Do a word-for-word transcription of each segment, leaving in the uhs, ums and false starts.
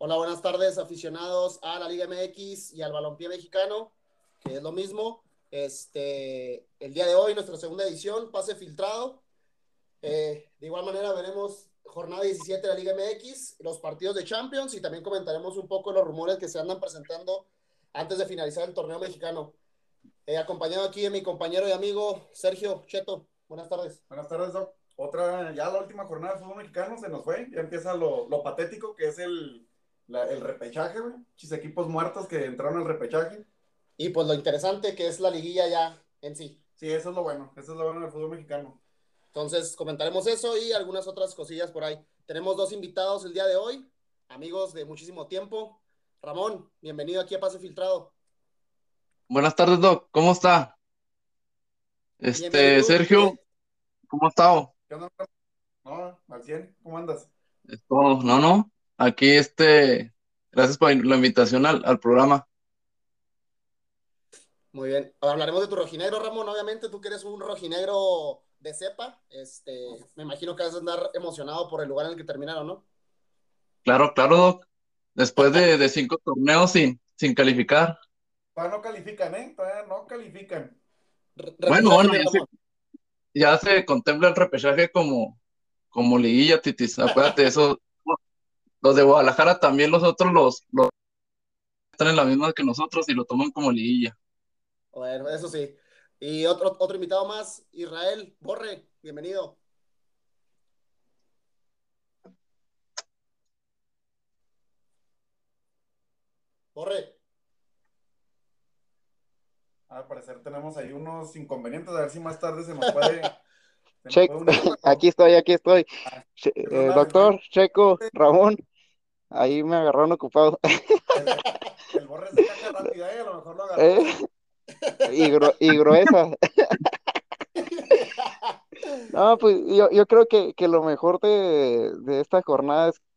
Hola, buenas tardes, aficionados a la Liga M X y al balompié mexicano, que es lo mismo. Este, el día de hoy, nuestra segunda edición, pase filtrado. Eh, de igual manera, veremos jornada diecisiete de la Liga M X, los partidos de Champions y también comentaremos un poco los rumores que se andan presentando antes de finalizar el torneo mexicano. Eh, acompañado aquí de mi compañero y amigo Sergio Cheto. Buenas tardes. Buenas tardes, Doc. Otra, ya la última jornada de fútbol mexicano se nos fue. Ya empieza lo, lo patético que es el, la, el repechaje, güey. Chis equipos muertos que entraron al repechaje. Y pues lo interesante que es la liguilla ya en sí. Sí, eso es lo bueno. Eso es lo bueno del fútbol mexicano. Entonces comentaremos eso y algunas otras cosillas por ahí. Tenemos dos invitados el día de hoy, amigos de muchísimo tiempo. Ramón, bienvenido aquí a Pase Filtrado. Buenas tardes, Doc. ¿Cómo está? Bien, bien, ¿y Este, tú? Sergio, ¿cómo ha estado? ¿Qué onda? No, al cien. ¿Cómo andas? Esto, no, no. Aquí, este, gracias por la invitación al, al programa. Muy bien. Hablaremos de tu rojinegro, Ramón. Obviamente tú que eres un rojinegro de cepa. Este, me imagino que vas a andar emocionado por el lugar en el que terminaron, ¿no? Claro, claro, Doc. Después de, de cinco torneos sin, sin calificar. Todavía no califican, ¿eh? Todavía no califican. Re- Bueno, repechaje, bueno, mi ya se, Ramón. ya se contempla el repechaje como, como liguilla, Titis. Acuérdate, eso, los de Guadalajara también, los otros los, los están en la misma que nosotros y lo toman como liguilla. Bueno, eso sí. Y otro, otro invitado más, Israel Borre, bienvenido. Borre. Al parecer tenemos ahí unos inconvenientes. A ver si más tarde se nos puede, se nos Che, puede unir, pero aquí estoy, aquí estoy. ah, Che- eso es eh, nada, Israel. doctor, Checo, Ramón, ahí me agarraron ocupado. El, el, el borre es de caja rápida, ¿eh? A lo mejor lo agarramos ¿Eh? en... Y, gru- y gruesa. No, pues yo, yo creo que, que lo mejor de, de esta jornada es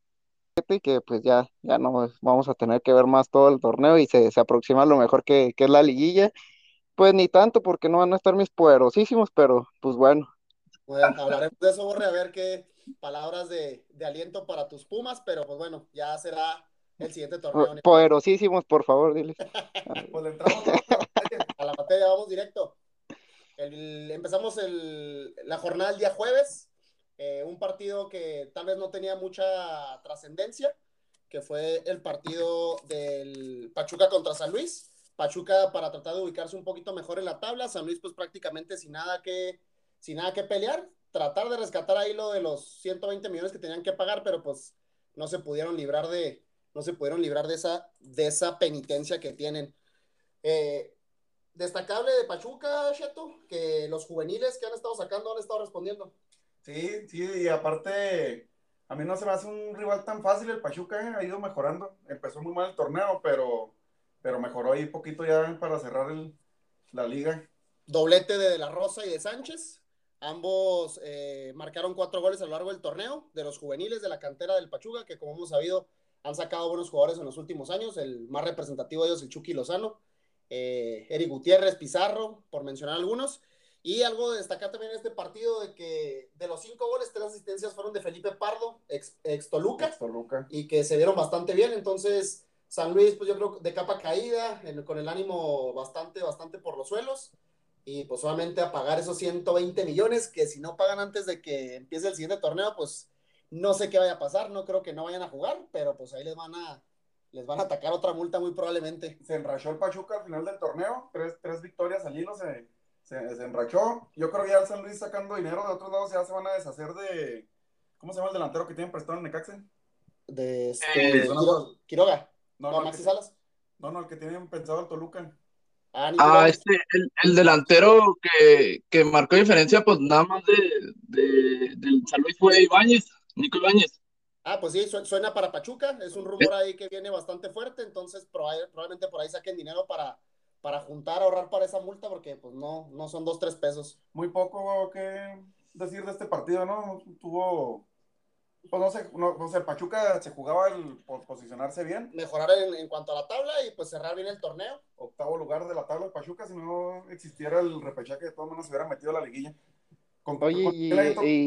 que pues ya, ya no vamos a tener que ver más todo el torneo y se, se aproxima lo mejor que, que es la liguilla. Pues ni tanto porque no van a estar mis poderosísimos, pero pues bueno. Bueno, hablaremos de eso, Borre, a ver qué palabras de, de aliento para tus Pumas, pero pues bueno, ya será el siguiente Po- torneo. Poderosísimos, por favor, diles. Pues le entramos a la materia. A la materia vamos directo. El, empezamos el, la jornada el día jueves, eh, un partido que tal vez no tenía mucha trascendencia, que fue el partido del Pachuca contra San Luis. Pachuca para tratar de ubicarse un poquito mejor en la tabla, San Luis pues prácticamente sin nada que, sin nada que pelear, tratar de rescatar ahí lo de los ciento veinte millones que tenían que pagar, pero pues no se pudieron librar de, no se pudieron librar de esa, de esa penitencia que tienen. Eh, Destacable de Pachuca, Cheto, que los juveniles que han estado sacando han estado respondiendo. Sí, sí, y aparte, a mí no se me hace un rival tan fácil el Pachuca, ¿eh? Ha ido mejorando. Empezó muy mal el torneo, pero, pero mejoró ahí poquito ya para cerrar el, la liga. Doblete de De La Rosa y de Sánchez. Ambos eh, marcaron cuatro goles a lo largo del torneo, de los juveniles de la cantera del Pachuca, que como hemos sabido han sacado buenos jugadores en los últimos años. El más representativo de ellos, el Chucky Lozano, eh, Eric Gutiérrez, Pizarro, por mencionar algunos. Y algo de destacar también en este partido de que de los cinco goles, tres asistencias fueron de Felipe Pardo, ex, ex Toluca, Ex Toluca. y que se vieron bastante bien. Entonces, San Luis, pues yo creo de capa caída, en, con el ánimo bastante, bastante por los suelos. Y pues solamente a pagar esos ciento veinte millones, que si no pagan antes de que empiece el siguiente torneo, pues no sé qué vaya a pasar. No creo que no vayan a jugar, pero pues ahí les van a, les van a atacar otra multa muy probablemente. Se enrachó el Pachuca al final del torneo, tres, tres victorias al hilo, se, se, se enrachó. Yo creo que ya el San Luis sacando dinero de otros lados ya se van a deshacer de, ¿cómo se llama el delantero que tienen prestado en Necaxa? De Que este, suena Quiro, por... Quiroga, No, no, no, el Maxi que, Salas. no, no, el que tienen pensado el Toluca. Ah, Nico Ah, Ibáñez. este, el, el delantero que, que marcó diferencia, pues nada más de, de, del San Luis fue Ibáñez, Nico Ibáñez. Ah, pues sí, suena para Pachuca, es un rumor ahí que viene bastante fuerte, entonces probablemente por ahí saquen dinero para, para juntar, ahorrar para esa multa, porque pues no, no son dos, tres pesos. Muy poco que decir de este partido, ¿no? Tuvo, pues no sé, no, o sea, el Pachuca se jugaba el por posicionarse bien. Mejorar en, en cuanto a la tabla y pues cerrar bien el torneo. Octavo lugar de la tabla de Pachuca, si no existiera el repechaje, de todas maneras se hubiera metido a la liguilla. ¿Con, Oye, con quién le y, tocó? y,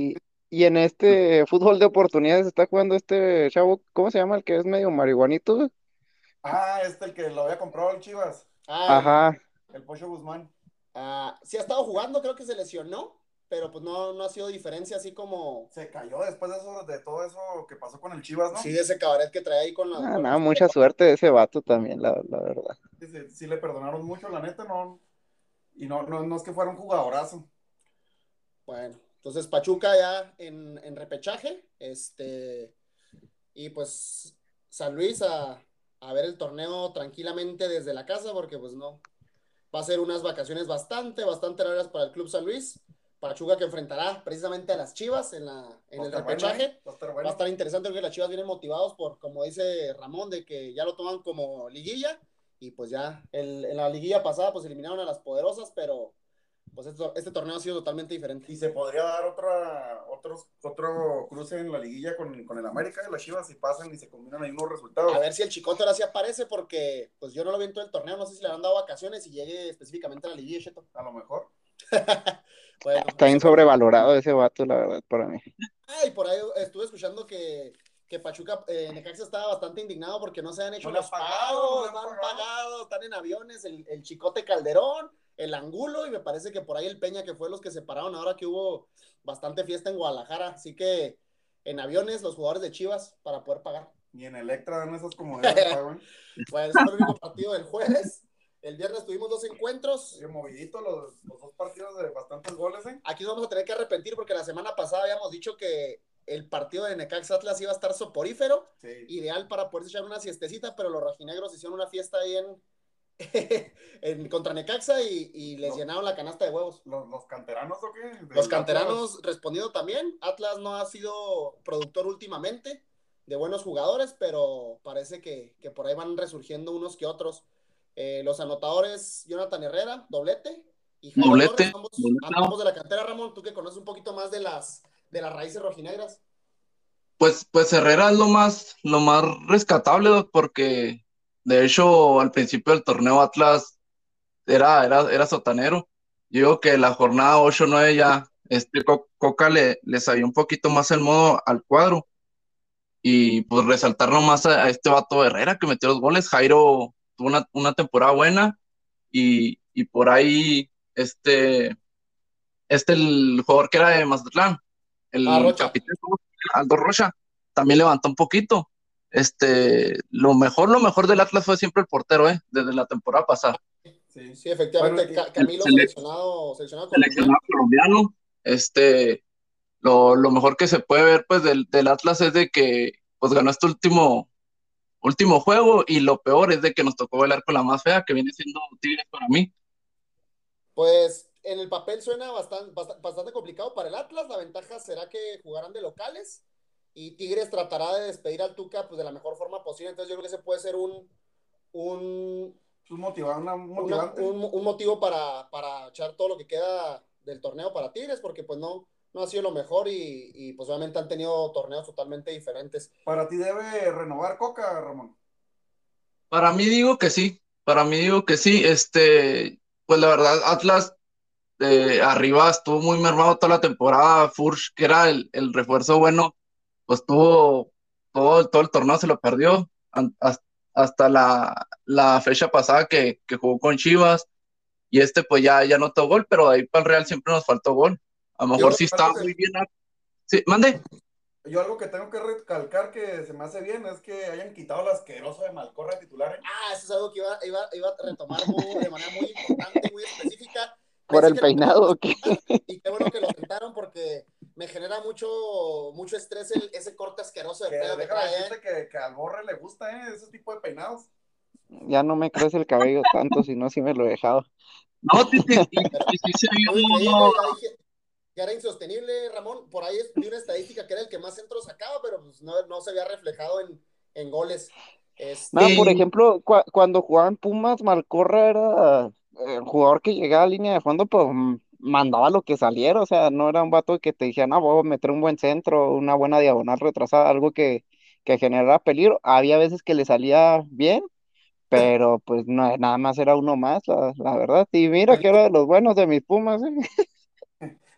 Y en este fútbol de oportunidades está jugando este chavo, ¿cómo se llama? El que es medio marihuanito, güey. Ah, este el que lo había comprado el Chivas, Ah, el, Ajá. el Pocho Guzmán. ah, sí ha estado jugando, creo que se lesionó, pero pues no, no ha sido diferencia así como, Se cayó después de eso, de todo eso que pasó con el Chivas, sí, ¿no? de ese cabaret que trae ahí con, la, Ah, con no, los mucha suerte de ese vato también, la, la verdad. Sí, sí, sí le perdonaron mucho, la neta, no. Y no, no, no es que fuera un jugadorazo. Bueno, entonces Pachuca ya en, en repechaje, este, y pues San Luis a, a ver el torneo tranquilamente desde la casa, porque pues no, va a ser unas vacaciones bastante, bastante largas para el Club San Luis. Pachuca que enfrentará precisamente a las Chivas en, la, en Va a el estar bueno, ¿eh? repechaje. Va a estar Va a bueno. estar interesante porque las Chivas vienen motivados por, como dice Ramón, de que ya lo toman como liguilla. Y pues ya el, en la liguilla pasada pues eliminaron a las poderosas, pero pues este, este torneo ha sido totalmente diferente. Y se podría dar otra, otros, otro cruce en la liguilla con, con el América y las Chivas si pasan y se combinan ahí unos A resultados. ver si el Chicote ahora sí aparece, porque pues yo no lo vi en todo el torneo, no sé si le han dado vacaciones y llegue específicamente a la liguilla, Cheto. A lo mejor. Bueno, Está ese bien fue el sobrevalorado ese vato, la verdad, para mí. Ah, y por ahí estuve escuchando que, que Pachuca, eh, Necaxa estaba bastante indignado porque no se han hecho No le han los pagado, no le pagos, han no han pagado. pagado, están en aviones, el, el Chicote Calderón, el Angulo, y me parece que por ahí el Peña, que fue los que se pararon ahora que hubo bastante fiesta en Guadalajara. Así que en aviones los jugadores de Chivas para poder pagar. Ni en Electra dan esas comodidades de pago, ¿eh? Bueno, ese fue el único partido del jueves. El viernes tuvimos dos encuentros. Oye, movidito los, los dos partidos de bastantes goles, ¿eh? Aquí nos vamos a tener que arrepentir porque la semana pasada habíamos dicho que el partido de Necaxa Atlas iba a estar soporífero, Sí. ideal para poder echar una siestecita, pero los rojinegros hicieron una fiesta ahí en, en contra Necaxa y, y les Los- llenaron la canasta de huevos. ¿Los, los canteranos o qué? Del Los Atlas. canteranos respondiendo también. Atlas no ha sido productor últimamente de buenos jugadores, pero parece que, que por ahí van resurgiendo unos que otros. Eh, los anotadores, Jonathan Herrera, doblete, y Jairo Torres, Doblete, ambos, doblete. ambos de la cantera. Ramón, tú que conoces un poquito más de las, de las raíces rojinegras. Pues, pues Herrera es lo más, lo más rescatable, Doc, porque de hecho al principio del torneo Atlas era, era, era sotanero. Yo digo que la jornada ocho nueve ya este Co- Coca le, le sabía un poquito más el modo al cuadro. Y pues resaltar nomás a, a este vato Herrera que metió los goles. Jairo tuvo una, una temporada buena y, y por ahí este, este el jugador que era de Mazatlán, Ah, el Rocha. capitán Aldo Rocha, también levantó un poquito. Este, lo mejor, lo mejor del Atlas fue siempre el portero, ¿eh? Desde la temporada pasada. Sí. Sí, Bueno, efectivamente, y, Ca- El Camilo sele- seleccionado, seleccionado colombiano. seleccionado colombiano, este, lo, lo mejor que se puede ver pues del, del Atlas es de que pues ganó este último último juego y lo peor es de que nos tocó bailar con la más fea que viene siendo Tigres para mí. Pues en el papel suena bastante, bastante, bastante complicado para el Atlas. La ventaja será que jugarán de locales y Tigres tratará de despedir al Tuca pues, de la mejor forma posible. Entonces yo creo que ese puede ser un, un, un, motiva, una, un una, motivante. un, un motivo para, para echar todo lo que queda del torneo para Tigres, porque pues no, no ha sido lo mejor y, y pues obviamente han tenido torneos totalmente diferentes. Para ti debe renovar Coca, Ramón. Para mí digo que sí, para mí digo que sí, este, pues la verdad Atlas eh, arriba estuvo muy mermado toda la temporada, Furch, que era el, el refuerzo bueno, pues tuvo todo, todo el torneo se lo perdió, an- has- hasta la, la fecha pasada que, que jugó con Chivas, y este pues ya, ya notó gol, pero de ahí para el Real siempre nos faltó gol. A lo Yo mejor sí estaba algo que, muy bien. Sí, mande. yo algo que tengo que recalcar que se me hace bien es que hayan quitado el asqueroso de Malcorra titular. ¿Eh? Ah, eso es algo que iba, iba, iba a retomar muy, de manera muy importante y muy específica. ¿Por Pensé el que lo iban peinado a o qué? sentar y qué bueno que lo sentaron porque me genera mucho, mucho estrés el, ese corte asqueroso de Que pedo que déjame trae, decirte ¿eh? que, que al Borre le gusta, ¿eh? Ese tipo de peinados. Ya no me crece el cabello tanto, si no, sí me lo he dejado. No, Titi, y, Pero y sí se estuvo vio. increíble, ya dije, ya era insostenible, Ramón. Por ahí vi una estadística que era el que más centros sacaba, pero pues no, no se había reflejado en, en goles. No, por Este, Sí, ejemplo, cua- cuando jugaban Pumas, Malcorra era eh, el jugador que llegaba a línea de fondo, pues mm, mandaba lo que saliera, o sea, no era un vato que te decía, no, voy a meter un buen centro, una buena diagonal retrasada, algo que, que generara peligro. Había veces que le salía bien, pero pues no, nada más era uno más, la, la verdad. Y mira que era de los buenos de mis Pumas, ¿eh?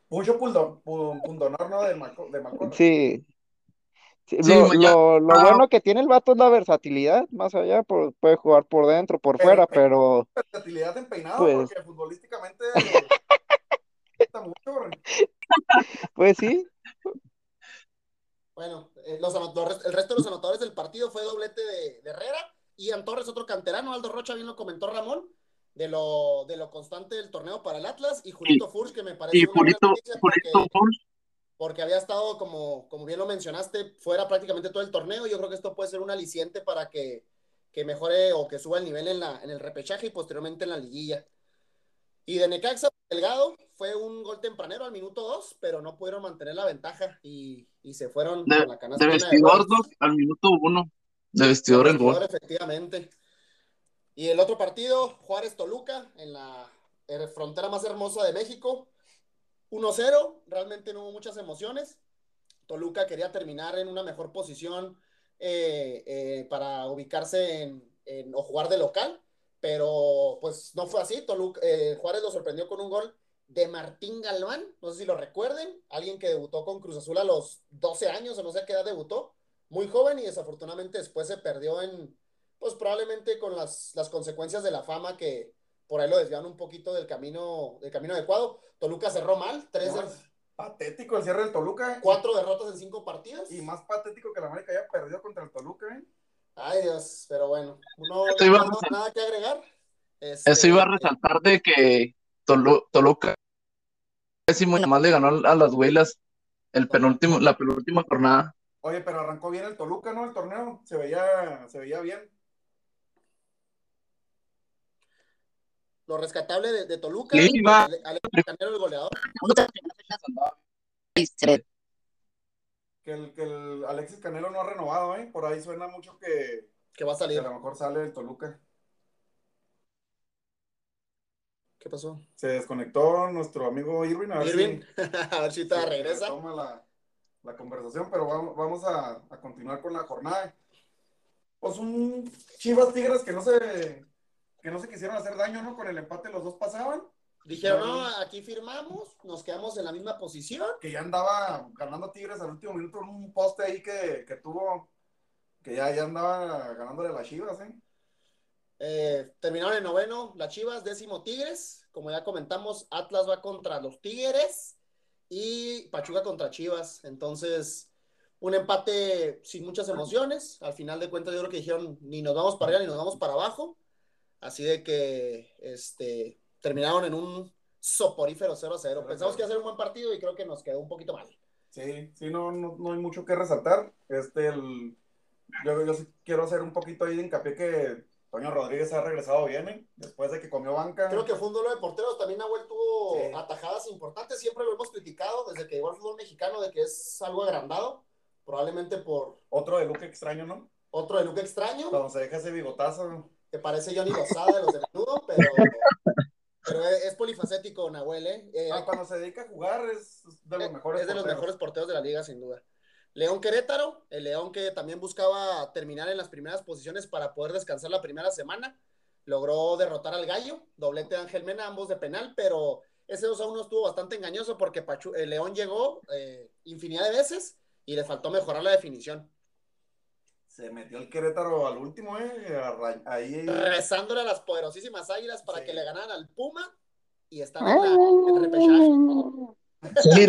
Mucho pundonor, pundonor, ¿no? De, Malco, de Malcorra. Sí, sí, Sí, lo, ya, lo, lo ah, bueno que tiene el vato es la versatilidad, más allá, por- puede jugar por dentro, por Pero fuera, pero versatilidad en peinado, pues, porque futbolísticamente está mucho, güey. pues sí, Bueno, eh, los anotadores, el resto de los anotadores del partido fue doblete de, de Herrera. Ian Torres, otro canterano. Aldo Rocha, bien lo comentó Ramón, de lo, de lo constante del torneo para el Atlas. Y y, Julito Furch, que me y parece una buena Julito, noticia Julito porque, Furch, porque había estado, como, como bien lo mencionaste, fuera prácticamente todo el torneo. Yo creo que esto puede ser un aliciente para que, que mejore o que suba el nivel en, la, en el repechaje y posteriormente en la liguilla. Y de Necaxa, Delgado, fue un gol tempranero al minuto dos, pero no pudieron mantener la ventaja y, y se fueron de, con la de canasta llena de vestidor, goles. Doc, al minuto uno, de Del vestidor el gol. vestidor, efectivamente. Y el otro partido, Juárez-Toluca, en la eh, frontera más hermosa de México, uno cero, realmente no hubo muchas emociones. Toluca quería terminar en una mejor posición eh, eh, para ubicarse en, en, o jugar de local, pero pues no fue así. Toluca, eh, Juárez lo sorprendió con un gol de Martín Galván, no sé si lo recuerden, alguien que debutó con Cruz Azul a los doce años o no sé a qué edad debutó, muy joven y desafortunadamente después se perdió en, pues probablemente con las, las consecuencias de la fama que por ahí lo desviaron un poquito del camino, del camino adecuado. Toluca cerró mal, tres No, de, es patético el cierre del Toluca. cuatro y, derrotas en cinco partidos. Y más patético que la América haya perdido contra el Toluca, ¿eh? Ay, Dios, pero bueno, no, Eso iba a, no, no, resal- nada que agregar. eso iba a Este, resaltar de que Tolu- Toluca pésimo, y además le ganó a las Huilas el penúltimo, la penúltima jornada. Oye, pero arrancó bien el Toluca, ¿no? El torneo se veía, se veía bien. lo rescatable de, de Toluca, Sí, pues va. Ale, Alex Canelo, el goleador, Que el, que el Alexis Canelo no ha renovado, ¿eh? Por ahí suena mucho que, que va a que a salir. lo mejor sale del Toluca. ¿Qué pasó? Se desconectó nuestro amigo Irwin, a ver Irving, si, a ver si si te regresa. retoma la, la conversación, pero vamos, vamos a, a continuar con la jornada. Pues un Chivas Tigres que no se, que no se quisieron hacer daño, ¿no? Con el empate los dos pasaban. Dijeron, no, No, aquí firmamos, nos quedamos en la misma posición. que ya andaba ganando Tigres al último minuto en un poste ahí que, que tuvo, que ya, ya andaba ganándole a las Chivas, ¿eh? Eh, terminaron en noveno, las Chivas, décimo Tigres. Como ya comentamos, Atlas va contra los Tigres y Pachuca contra Chivas. Entonces, un empate sin muchas emociones. Al final de cuentas, yo creo que dijeron ni nos vamos para allá ni nos vamos para abajo. Así de que este, terminaron en un soporífero cero a cero. Pensamos que iba a ser un buen partido y creo que nos quedó un poquito mal. Sí, sí, no, no, no hay mucho que resaltar. Este, el, yo, yo sí quiero hacer un poquito ahí de hincapié que Toño Rodríguez ha regresado bien, ¿eh? Después de que comió banca. Creo que fue un duelo de porteros. También Nahuel tuvo Sí. atajadas importantes. Siempre lo hemos criticado desde que llegó al fútbol mexicano de que es algo agrandado. Probablemente por Otro de Luque extraño, ¿no? otro de look extraño. Cuando se deja ese bigotazo. Que parece Johnny Lozada de los de menudo, pero, pero es, es polifacético Nahuel, ¿eh? eh Ah, cuando se dedica a jugar es de los mejores es de los porteros. mejores porteros de la liga, sin duda. León Querétaro, el León que también buscaba terminar en las primeras posiciones para poder descansar la primera semana, logró derrotar al Gallo, doblete de Ángel Mena, ambos de penal, pero ese dos a uno estuvo bastante engañoso porque Pachu el León llegó eh, infinidad de veces y le faltó mejorar la definición. Se metió el Querétaro al último, ¿eh? Ahí. Rezándole a las poderosísimas Águilas para Sí. que le ganaran al Puma y están en la en repechaje. Sí,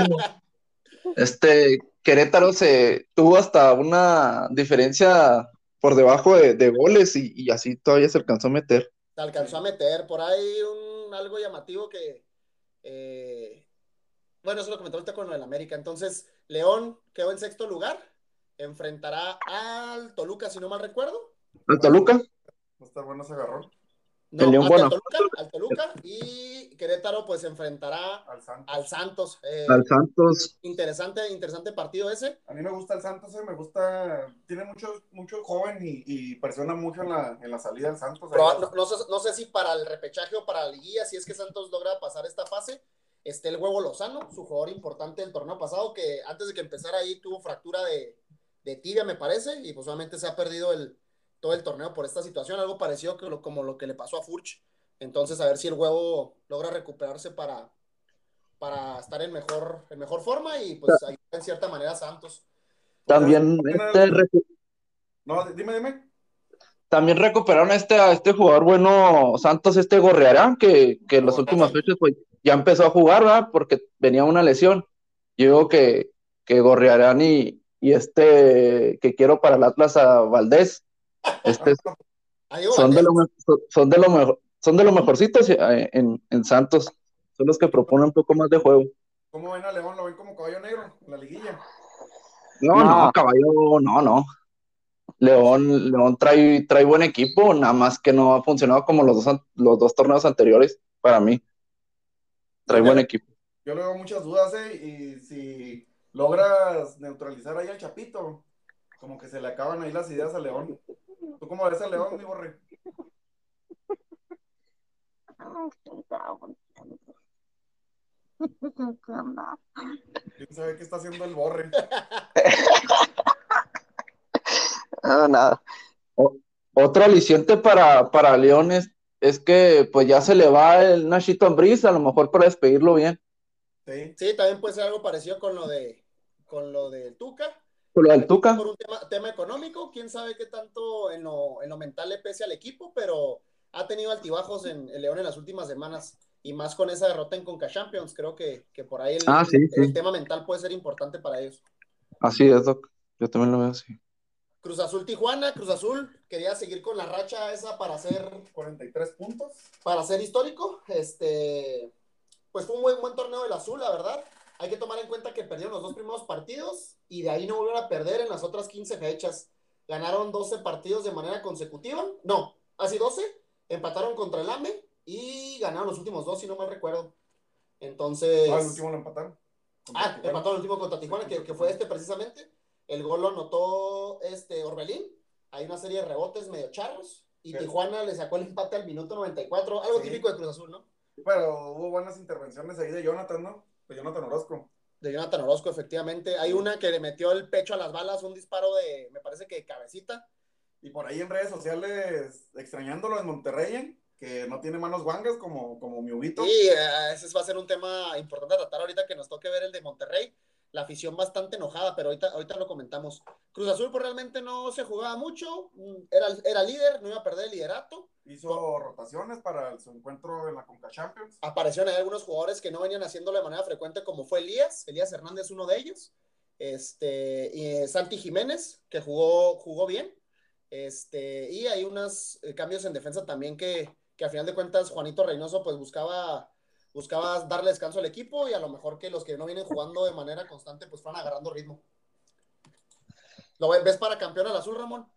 este Querétaro se tuvo hasta una diferencia por debajo de, de goles y, y así todavía se alcanzó a meter. Se alcanzó a meter por ahí un algo llamativo que eh, bueno, eso lo comentó ahorita con el América. Entonces, León quedó en sexto lugar, enfrentará al Toluca, si no mal recuerdo. ¿El Toluca? Va a estar bueno ese agarrón. El No, León, ante el bueno, Toluca, al Toluca, y Querétaro pues enfrentará Al Santos. al Santos. Eh, al Santos. interesante, interesante partido ese. A mí me gusta el Santos, eh, me gusta, tiene mucho, mucho joven y, y presiona mucho en la, en la salida del Santos. Proba no, no, sé, no sé si para el repechaje o para la liguilla, si es que Santos logra pasar esta fase, esté el Huevo Lozano, su jugador importante del torneo pasado, que antes de que empezara ahí tuvo fractura de, de tibia, me parece, y pues obviamente se ha perdido el, todo el torneo por esta situación, algo parecido que lo, como lo que le pasó a Furch. Entonces, a ver si el Huevo logra recuperarse para, para estar en mejor, en mejor forma y pues ayudar en cierta manera a Santos. También, este, recu- No, dime, dime. también recuperaron este, a este jugador bueno, Santos, este Gorrearán, que, que en las últimas fechas pues, ya empezó a jugar, ¿verdad? Porque venía una lesión. Yo digo que, que Gorrearán y, y este que quiero para el Atlas a Valdés, este A Diego son de Valdés. lo me- son- son de lo mejor, son de los mejorcitos eh, en, en Santos. Son los que proponen un poco más de juego. ¿Cómo ven a León? ¿Lo ven como caballo negro en la liguilla? No, no, No, caballo, no, no. León, León trae, trae buen equipo, nada más que no ha funcionado como los dos, an- los dos torneos anteriores para mí. Yo Trae le, buen equipo. yo le veo muchas dudas, ¿eh? Y si logras neutralizar ahí al Chapito, como que se le acaban ahí las ideas a León. ¿Tú cómo ves a León, mi Borre? ¿Quién sabe qué está haciendo el Borre? no, nada. O- otro aliciente para, para León es, es que pues ya se le va el Nachito Ambriz, a lo mejor para despedirlo bien. Sí. Sí, también puede ser algo parecido con lo de con lo del Tuca. Con lo del Aquí Tuca. por un tema, tema económico, quién sabe qué tanto en lo, en lo mental le pese al equipo, pero ha tenido altibajos en el León en las últimas semanas y más con esa derrota en Conca Champions. Creo que, que por ahí el, Ah, sí, el, el sí. tema mental puede ser importante para ellos. Así es, Doc. Yo también lo veo así. Cruz Azul Tijuana, Cruz Azul quería seguir con la racha esa para hacer cuarenta y tres puntos. para ser histórico. Este, pues fue un buen, buen torneo del Azul, la verdad. Hay que tomar en cuenta que perdieron los dos primeros partidos y de ahí no volvieron a perder en las otras quince fechas. Ganaron doce partidos de manera consecutiva. No, así doce. Empataron contra el AME y ganaron los últimos dos, si no mal recuerdo. Entonces. Ah, el último lo empataron. Ah, empataron el último contra Tijuana, que, que fue este precisamente. El gol lo anotó este Orbelín. Hay una serie de rebotes medio charros. Y ¿Qué? Tijuana le sacó el empate al minuto noventa y cuatro. Algo Sí. típico de Cruz Azul, ¿no? Pero hubo buenas intervenciones ahí de Jonathan, ¿no? De Jonathan Orozco. De Jonathan Orozco, efectivamente. Hay una que le metió el pecho a las balas, un disparo de, me parece que de cabecita. Y por ahí en redes sociales, extrañándolo en Monterrey, ¿eh? Que no tiene manos guangas como, como mi Ubito. Y uh, ese va a ser un tema importante a tratar ahorita que nos toque ver el de Monterrey. La afición bastante enojada, pero ahorita, ahorita lo comentamos. Cruz Azul pues realmente no se jugaba mucho, era, era líder, no iba a perder el liderato. Hizo rotaciones para su encuentro en la Conca Champions. Aparecieron ahí algunos jugadores que no venían haciéndolo de manera frecuente, como fue Elías, Elías Hernández, uno de ellos. Este, y Santi Jiménez, que jugó, jugó bien. Este, y hay unos eh, cambios en defensa también que, que a final de cuentas Juanito Reynoso pues buscaba, buscaba darle descanso al equipo y a lo mejor que los que no vienen jugando de manera constante pues fueran agarrando ritmo. ¿Lo ves para campeón al azul, Ramón?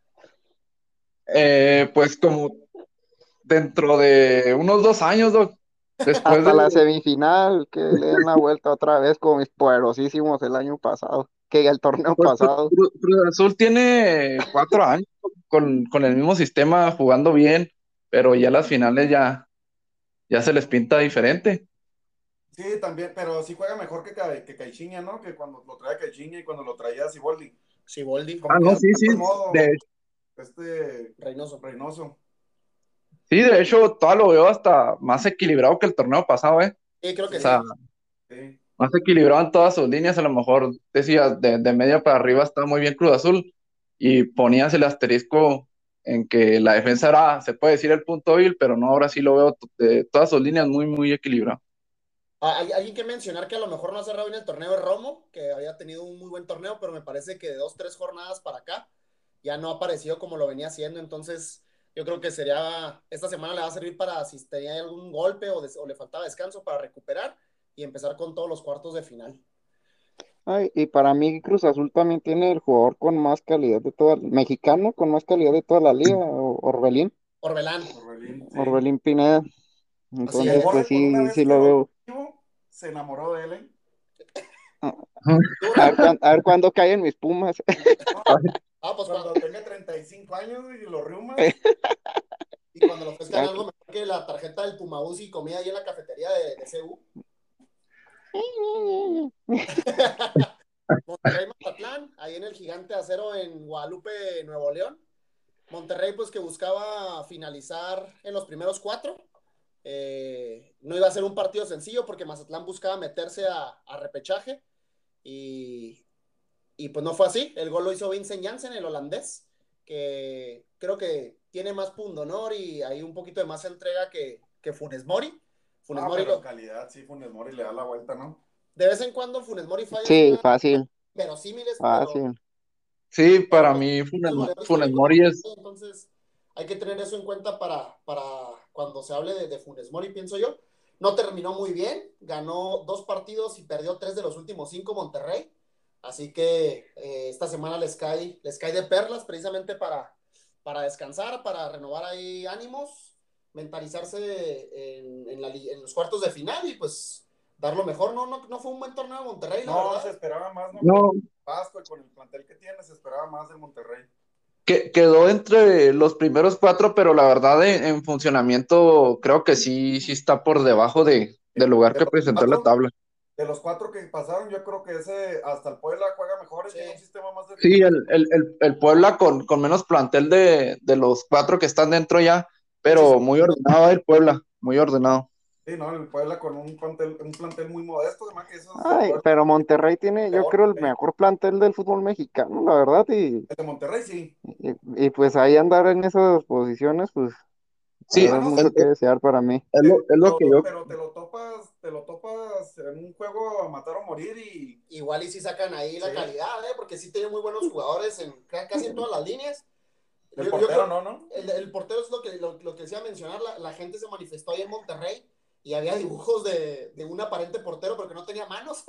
Eh, pues como dentro de unos dos años, Doc, después Hasta de... la semifinal, que le den la vuelta otra vez con mis poderosísimos el año pasado, que el torneo Pues, Cruz, pasado. Cruz- Cruz Azul tiene cuatro años con, con el mismo sistema jugando bien, pero ya las finales ya, ya se les pinta diferente. Sí, también, pero sí juega mejor que, Ca- que Caixinha, ¿no? Que cuando lo traía Caixinha y cuando lo traía Siboldi. Siboldi, Como Ah, que no, ya sí, sí. está en modo De, este Reynoso. Reynoso. sí, de hecho, todo lo veo hasta más equilibrado que el torneo pasado, ¿eh? Sí, creo que O Sí, sí. sea, sí. más equilibrado en todas sus líneas, a lo mejor decías de, de media para arriba está muy bien Cruz Azul y ponías el asterisco en que la defensa era, se puede decir el punto débil, pero no, ahora sí lo veo de todas sus líneas muy, muy equilibrado. Ah, hay alguien que mencionar que a lo mejor no ha cerrado bien el torneo es Romo, que había tenido un muy buen torneo, pero me parece que de dos, tres jornadas para acá ya no ha aparecido como lo venía haciendo. Entonces, yo creo que sería, esta semana le va a servir para si tenía algún golpe o, des, o le faltaba descanso para recuperar y empezar con todos los cuartos de final. Ay, y para mí Cruz Azul también tiene el jugador con más calidad de toda, mexicano con más calidad de toda la liga, o- Orbelín, Orbelán. Orbelín, sí. Orbelín Pineda. Así Y el Entonces, es. Borre pues por una sí, vez sí que lo lo veo. vivo, se enamoró de él, ¿eh? A ver, cuán- a ver cuándo caen mis Pumas. No, Ah, pues cuando cuando, tenga treinta y cinco años y los riumas. y cuando le ofrezcan Ya algo mejor que la tarjeta del Pumaús y comida ahí en la cafetería de, de C U. Monterrey Mazatlán, ahí en el Gigante de Acero en Guadalupe, Nuevo León. Monterrey, pues que buscaba finalizar en los primeros cuatro, Eh, no iba a ser un partido sencillo porque Mazatlán buscaba meterse a, a repechaje y, y pues no fue así. El gol lo hizo Vincent Janssen, el holandés, que creo que tiene más pundonor y hay un poquito de más entrega que, que Funes Mori. Funes Ah, Mori pero lo, en calidad, sí, Funes Mori le da la vuelta, ¿no? de vez en cuando Funes Mori falla así Sí, una fácil, verosímiles, pero, fácil. Sí, pero para pues mí es Funes, un goleador Funes histórico Mori también, es, entonces hay que tener eso en cuenta para, para cuando se hable de, de Funes Mori, pienso yo. No terminó muy bien, ganó dos partidos y perdió tres de los últimos cinco Monterrey, así que eh, esta semana les cae, les cae de perlas precisamente para, para descansar, para renovar ahí ánimos, mentalizarse en, en, la, en los cuartos de final y pues dar lo mejor. No, no, no fue un buen torneo de Monterrey, la No, verdad. se esperaba más, ¿no? Con no, Vasco y con el plantel que tiene, se esperaba más del Monterrey. que, quedó entre los primeros cuatro, pero la verdad en, en funcionamiento creo que sí, sí está por debajo de, De, del lugar de que los presentó en la cuatro, tabla. de los cuatro que pasaron, yo creo que ese hasta el Puebla juega mejor y Sí. tiene un sistema más Sí, definido. el, el, el, el Puebla con, con menos plantel de, de los cuatro que están dentro ya, pero Muchísimo. muy ordenado el Puebla, muy ordenado. Sí, no, el Puebla con un plantel, un plantel muy modesto, además que esos del Ay, Puebla. pero Monterrey tiene, yo Peor, creo, el ¿eh? mejor plantel del fútbol mexicano, la verdad, y, El de Monterrey sí. y, y, pues ahí andar en esas posiciones, pues la Sí, Ah, verdad, no, es, sí, mucho que desear para mí. es lo, te- es lo pero, que yo... pero te lo topas, te lo topas en un juego a matar o morir y Igual y si sacan ahí sí, la calidad, ¿eh? Porque sí tiene muy buenos jugadores en casi en todas las líneas. el Yo, yo portero creo no, ¿no? el, el portero es lo que, lo, lo que decía mencionar, la, la, gente se manifestó ahí en Monterrey y había dibujos de, de un aparente portero porque no tenía manos.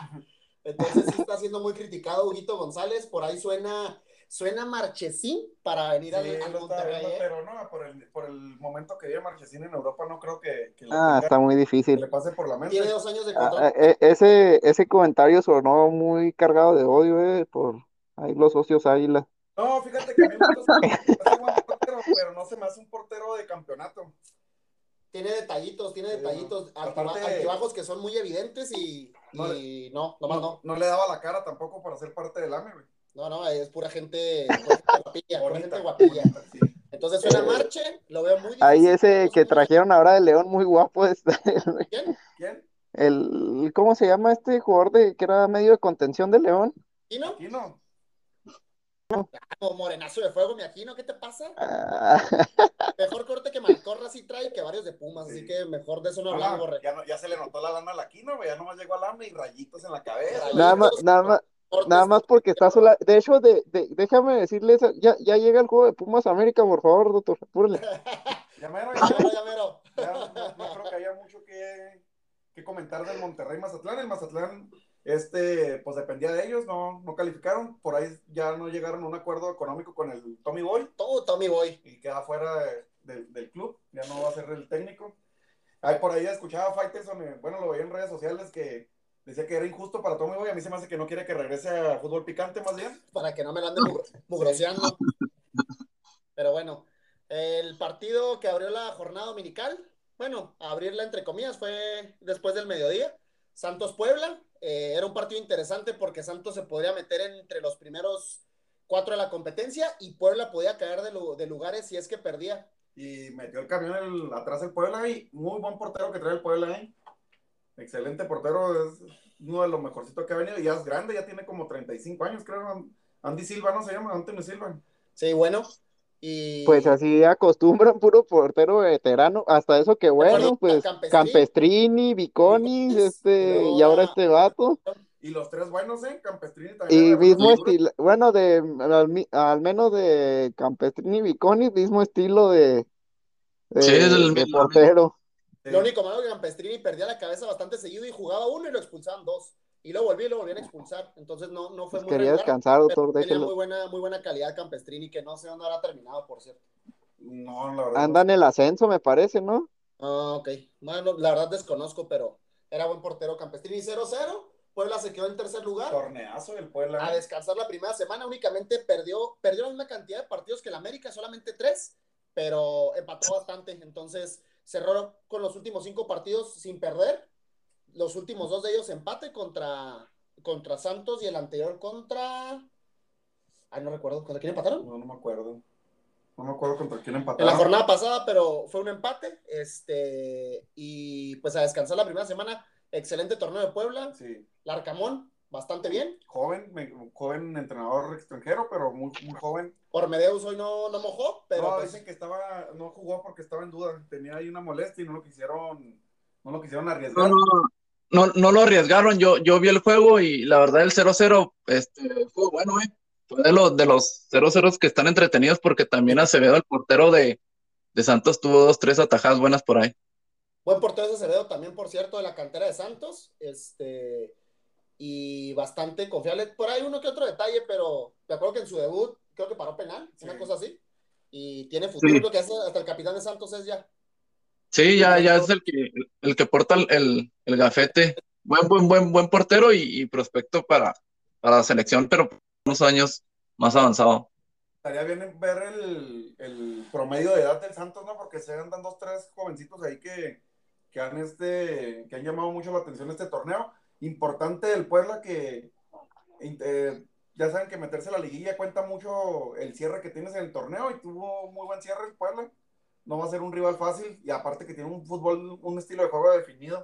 Entonces sí está siendo muy criticado Huguito González, por ahí suena, suena Marchesín para venir Sí, al, al lo estaba Monterrey, viendo, ¿eh? pero no, por el, por el momento que vive Marchesín en Europa, no creo que, que le Ah, tenga, está muy que difícil. le pase por la Tiene mente. dos años de Ah, contrato. ah, e- ese, ese comentario sonó muy cargado de odio, eh, por ahí los socios Águila. No, fíjate que a mí me hace buen portero, pero no se me hace un portero de campeonato. Tiene detallitos, tiene Sí, no. detallitos, altiba, Aparte, altibajos que son muy evidentes y, no le, y no, nomás no, no. no le daba la cara tampoco para ser parte del A M E, güey. No, no, es pura gente, pura gente guapilla, pura gente Bonita, guapilla. bonita, sí. Entonces suena Eh, Marche, lo veo muy ahí difícil que ese los que Pumas. trajeron ahora de León, muy guapo está. ¿Quién? ¿Quién? El, ¿cómo se llama este jugador de que era medio de contención de León? ¿Aquino? Aquí no. Como morenazo de fuego, mi Aquino, ¿qué te pasa? Ah, Mejor corte que Malcorra sí trae que varios de Pumas, así Sí. que mejor de eso no No, hablamos, no, Borre. ya, no, ya se le notó la lana al Aquino, güey. Ya nomás llegó al A M E y rayitos en la cabeza. nada más, Rayitos, nada más, nada cortes. más porque está sola. De hecho, de, de- déjame decirles, ya, ya llega el juego de Pumas América, por favor, doctor, apúrele. Ya mero, ya Ya mero, mero. ya mero. Ya no, no creo que haya mucho que, que comentar del Monterrey Mazatlán. El Mazatlán, este, pues dependía de ellos, no, no calificaron. Por ahí ya no llegaron a un acuerdo económico con el Tommy Boy Todo, Tommy Boy. y queda fuera de- de- del club. Ya no va a ser el técnico. Ay, por ahí escuchaba a Faitelson, eh, bueno, lo veía en redes sociales que decía que era injusto para Tommy Boy. A mí se me hace que no quiere que regrese a fútbol picante, más bien. Para que no me lo ande mugro- Sí. mugroseando. Pero bueno, el partido que abrió la jornada dominical, bueno, abrirla entre comillas, fue después del mediodía. Santos Puebla, eh, era un partido interesante porque Santos se podría meter entre los primeros cuatro de la competencia y Puebla podía caer de, lu- de lugares si es que perdía. Y metió el camión el- atrás del Puebla y muy buen portero que trae el Puebla, ¿eh? Excelente portero, es uno de los mejorcitos que ha venido y ya es grande, ya tiene como treinta y cinco años, creo. Andy Silva, ¿no se llama? Anthony Silva. Sí, bueno, Pues y así acostumbran, puro portero veterano. Hasta eso que de acuerdo, bueno, pues Campestrín, Campestrini, Viconis, Viconis, y este, y luego ahora a, este vato. Y los tres buenos, ¿eh? Campestrini también Y agarró una mismo figura. estilo, bueno, de al, mi- al menos de Campestrini y Viconis, mismo estilo de, Sí, es de, el- de la misma. portero. lo Sí. único malo que Campestrini perdía la cabeza bastante seguido y jugaba uno y lo expulsaban dos. Y lo volví y lo volvían a expulsar. Entonces no, no fue Pues muy quería regular, descansar, pero doctor, tenía déjelo. muy buena, muy buena calidad Campestrini, que no sé dónde habrá terminado, por cierto. No, la verdad no Anda sé. en el ascenso, me parece, ¿no? Ah, ok. Bueno, la verdad desconozco, pero era buen portero Campestrini. Cero cero. Puebla se quedó en tercer lugar. Torneazo el Puebla, A ¿eh? descansar la primera semana. Únicamente perdió, perdió la misma cantidad de partidos que el América, solamente tres, pero empató bastante. Entonces cerró con los últimos cinco partidos sin perder. Los últimos dos de ellos empate contra, contra Santos y el anterior contra. Ay, no recuerdo. ¿Contra quién empataron? No, no me acuerdo. No me acuerdo contra quién En la empataron. jornada pasada, pero fue un empate. Este, y pues a descansar la primera semana. Excelente torneo de Puebla. Sí. Larcamón, bastante bien. Joven, me- joven entrenador extranjero, pero muy, muy joven. Ormedeus hoy no, no mojó, pero No, pues, dicen que estaba, no jugó porque estaba en duda. Tenía ahí una molestia y no lo quisieron, no lo quisieron No, arriesgar. no, no, no lo arriesgaron. Yo, yo vi el juego y la verdad el cero cero este, fue bueno, ¿eh? Fue de los, de los cero cero que están entretenidos porque también Acevedo, el portero de, de Santos, tuvo dos, tres atajadas buenas por ahí. buen portero ese Acevedo también, por cierto, de la cantera de Santos. Este, y bastante confiable. Por ahí uno que otro detalle, pero me acuerdo que en su debut creo que paró penal, Sí. una cosa así. Y tiene futuro, Sí. creo que hasta hasta el capitán de Santos es ya. Sí, ya, ya es el que, el que porta el, el, el gafete. Buen, buen, buen, buen portero y, y prospecto para, para la selección, pero por unos años más avanzado. Estaría bien ver el, el promedio de edad del Santos, ¿no? Porque se andan dos, tres jovencitos ahí que, que han este, que han llamado mucho la atención este torneo. Importante del Puebla que eh, ya saben que meterse a la liguilla cuenta mucho el cierre que tienes en el torneo y tuvo muy buen cierre el Puebla. No va a ser un rival fácil y aparte que tiene un fútbol, un estilo de juego definido.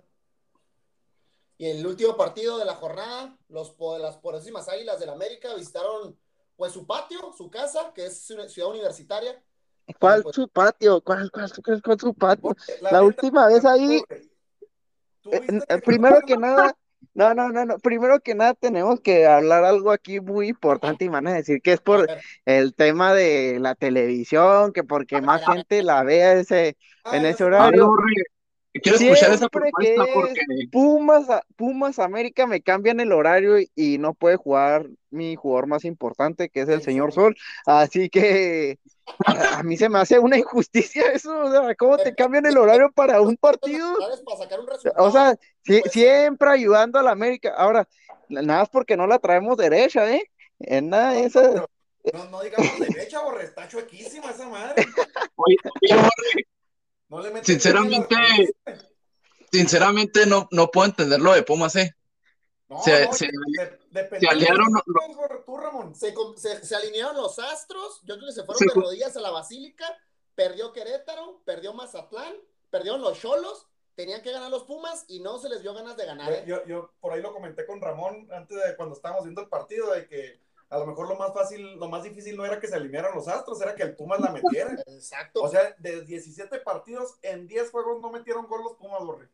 Y en el último partido de la jornada, los, las poderosísimas Águilas del América visitaron pues su patio, su casa, que es Ciudad Universitaria. ¿Cuál Pues, su patio? ¿Cuál, cuál, cuál, cuál su patio? La, La neta, última vez ahí, ¿tú eh, viste eh, que primero que nada, no, no, no, no, primero que nada tenemos que hablar algo aquí muy importante y van a decir que es a por ver, el tema de la televisión, que porque a más ver, a ver, gente la vea ese, ah, en ya ese sé, A ver, horario. Borre, quiero escuchar esa Siempre propuesta que porque es Pumas, a- Pumas América me cambian el horario y, y no puede jugar mi jugador más importante, que es el el señor sol. Sol. Así que a, a mí se me hace una injusticia eso. O sea, ¿cómo te cambian el horario para un partido? para sacar un O resultado, sea, si- pues, siempre ayudando a la América. Ahora, nada más porque no la traemos derecha, ¿eh? En nada de No, esa. pero no, no digamos derecha, Borre, está chuequísima esa madre. oye, oye, Borre, No le meten caña al sinceramente, arcoíris. sinceramente no, no puedo entender lo de Pumas, ¿eh? No, Se, no, se, de- se dependiendo de aliaron, los lo- astros, Borre, tú, Ramón. se, se, se alinearon los astros, yo creo que se fueron se- de rodillas a la Basílica, perdió Querétaro, perdió Mazatlán, perdieron los Cholos, tenían que ganar los Pumas y no se les dio ganas de ganar. Yo, ¿eh? yo, yo por ahí lo comenté con Ramón antes de cuando estábamos viendo el partido, de que a lo mejor lo más fácil, lo más difícil no era que se alinearan los astros, era que el Pumas la metiera. Exacto. O sea, de diecisiete partidos, en diez juegos no metieron gol los Pumas, Borre.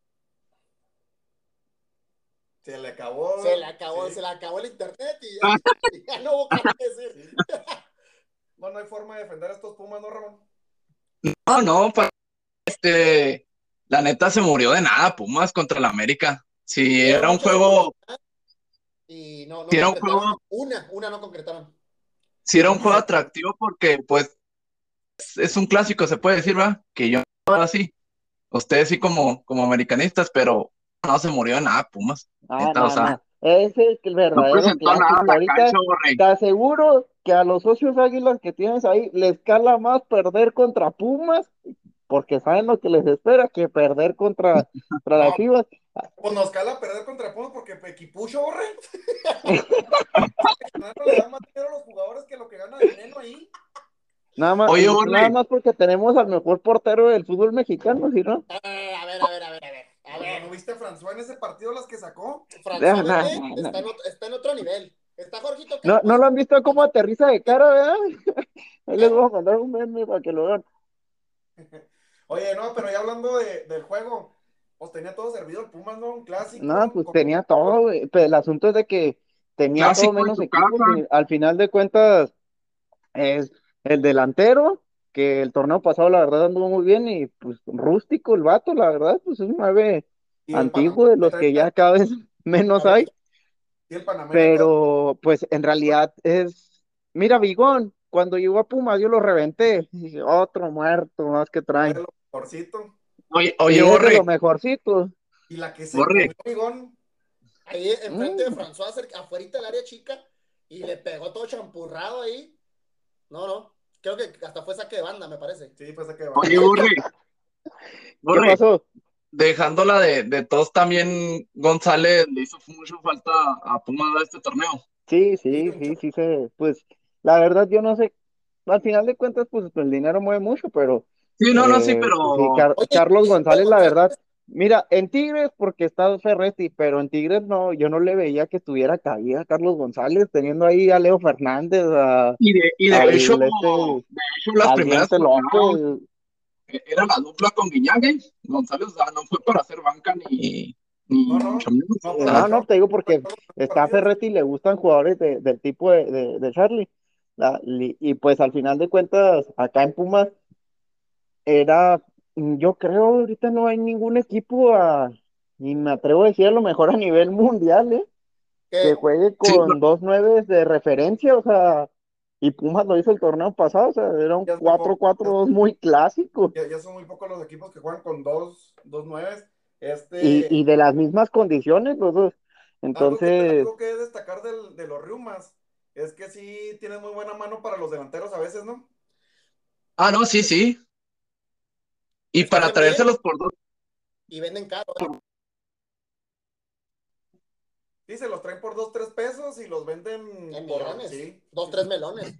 Se le acabó. Se le acabó, Sí. se le acabó el internet y ya, y ya no hubo que decir. Sí. No, no hay forma de defender a estos Pumas, ¿no, Ramón? no, no, pa- este, la neta se murió de nada Pumas contra el América. Si Hicieron era un muchas juego, oportunidades y no, no si era un concretaron. juego, Una, una no concretaron. si era un juego atractivo porque pues es, es un clásico, se puede decir, ¿va? Que yo ahora sí, ustedes sí como, como americanistas, pero no se murió de nada Pumas. Ah, Neta, o no, sea, no. Ese es el no verdadero presentó nada clásico. en la Ahorita cancha, Borre. te aseguro que a los socios águilas que tienes ahí les cala más perder contra Pumas, porque saben lo que les espera, que perder contra, contra las No, Chivas. pues nos cala perder contra Pumas porque equipucho, Borre. No le dan más dinero a los jugadores que lo que gana Dinero ahí. Nada más, Oye, nada Borre, más porque tenemos al mejor portero del fútbol mexicano, ¿sí, no? A ver, a ver, a ver, a ver, a ver. A ¿No, ver. ¿no viste a François en ese partido las que sacó? François No, no, Bebé no, está, en no. otro, está en otro nivel. Está Jorgito No, Campos. no lo han visto cómo aterriza de cara, ¿verdad? Ahí les ¿Eh? voy a mandar un meme para que lo vean. Oye, no, pero ya hablando de, del juego, pues tenía todo servido el Pumas, ¿no? Un No, clásico. pues Con, tenía con, todo, güey. Pero el asunto es de que tenía todo clásico en menos su equipos. casa. Y al final de cuentas, es el delantero, que el torneo pasado la verdad anduvo muy bien, y pues rústico el vato, la verdad, pues es un nueve y el antiguo de Panamericano, los que ya cada vez menos hay, y el Panamericano, pero pues en realidad es, mira, Bigón, cuando llegó a Pumas yo lo reventé, y dije, otro muerto más que fue traen, lo mejorcito. Oye, y oye, es de lo Borre, mejorcito. Y la que se Borre, comió Bigón, Ahí enfrente de Mm. François, cerca- afuera del área chica, y le pegó todo champurrado ahí. No, no. Creo que hasta fue saque de banda, me parece. sí, pues a que va. oye, Borre, ¿Qué Borre, pasó? dejándola de, de todos también, González le hizo mucho falta a Pumas de este torneo. Sí, Sí, sí, un sí, chorro. sí, se, pues la verdad yo no sé. al final de cuentas, pues el dinero mueve mucho, pero Sí, no, no, sí, eh, pues sí, pero Car- Oye, Carlos y Leo González, la verdad, González, mira, en Tigres porque está Ferretti, pero en Tigres no, yo no le veía que tuviera cabida Carlos González, teniendo ahí a Leo Fernández, a- y de, y de hecho, al este, de hecho, las al primeras Diente jornadas López, eh, era la dupla con Guiñague. González, o sea, no fue para hacer banca ni, No, ni no, mucho menos. no, O pues eh, de sea, no, hecho, no, te digo porque fueron los está partidos. Ferretti y le gustan jugadores de- del tipo de, de, de Charlie, la- li- y pues al final de cuentas, acá en Pumas, era, yo creo ahorita no hay ningún equipo a, y me atrevo a decir a lo mejor a nivel mundial, ¿eh? Que que juegue sí, no, con dos nueves de referencia, o sea, y Pumas lo hizo el torneo pasado, o sea, era un Ya es muy cuatro poco, cuatro ya, dos muy clásico, ya- ya son muy pocos los equipos que juegan con dos, dos nueves. y, y Este, de las mismas condiciones los dos. algo que, Entonces, algo que destacar del- de los Riumas es que sí tienen muy buena mano para los delanteros a veces, ¿no? ah, no, sí, sí. Y para escogen bien traérselos por dos. y venden caro, ¿eh? Sí, se los traen por dos, tres pesos y los venden En por, millones, sí, dos, sí, tres sí. melones.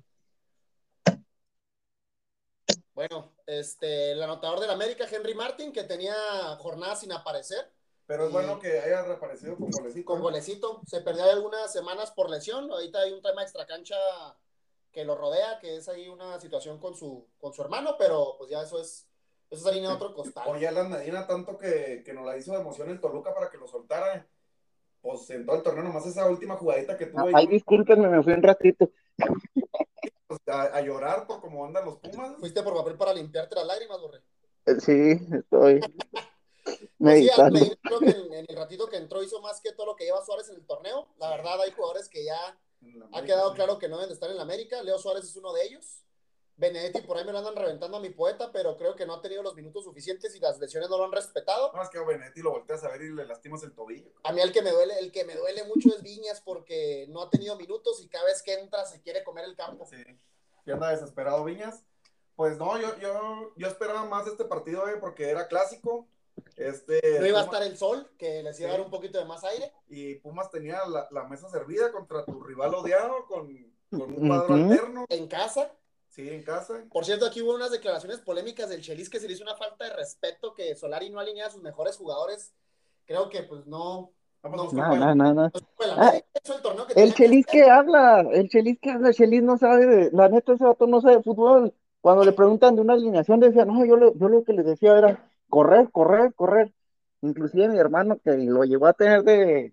Bueno, este, el anotador del América, Henry Martin, que tenía jornada sin aparecer Pero es bueno y que haya reaparecido con golecito, con ¿eh? golecito, se perdió ahí algunas semanas por lesión, ahorita hay un tema extracancha que lo rodea, que es ahí una situación con su, con su hermano, pero pues ya eso es, eso es harina de otro costal. Oye, Alan Medina, tanto que, que nos la hizo de emoción el Toluca para que lo soltara, pues en todo el torneo, nomás esa última jugadita que tuvo ahí ay, con, discúlpenme, me fui un ratito. pues, a, a llorar por cómo andan los Pumas. Fuiste por papel para limpiarte las lágrimas, Borre. Eh, Sí, estoy Pues sí, Alan meditando. Medina creo que en, en el ratito que entró hizo más que todo lo que lleva Suárez en el torneo. La verdad, hay jugadores que ya En la ha América, quedado sí. claro que no deben de estar en la América. Leo Suárez es uno de ellos. Benedetti por ahí me lo andan reventando a mi poeta, pero creo que no ha tenido los minutos suficientes y las lesiones no lo han respetado. No, es que a Benetti lo volteas a ver y le lastimas el tobillo. A mí el que me duele, el que me duele mucho es Viñas porque no ha tenido minutos y cada vez que entra se quiere comer el campo. Sí. Y anda desesperado Viñas. Pues no, yo, yo, yo esperaba más de este partido, eh, porque era clásico. Este, No iba a Pumas, estar el sol, que les iba a sí, dar un poquito de más aire. y Pumas tenía la, la mesa servida contra tu rival odiado con, con un cuadro Ujú. alterno. En casa. Sí, en casa. Por cierto, aquí hubo unas declaraciones polémicas del Chelis que se le hizo una falta de respeto que Solari no alinea a sus mejores jugadores. Creo que pues no, No, pues no es no No, culpa de no, no, no. fue el Ah, América, hizo el torneo que el tenía que Chelis hacer. que habla, el Chelis que habla, el Chelis no sabe de, la neta ese vato no sabe de fútbol. Cuando le preguntan de una alineación decía, no, yo, lo- yo lo que les decía era correr, correr, correr. Inclusive mi hermano que lo llevó a tener de,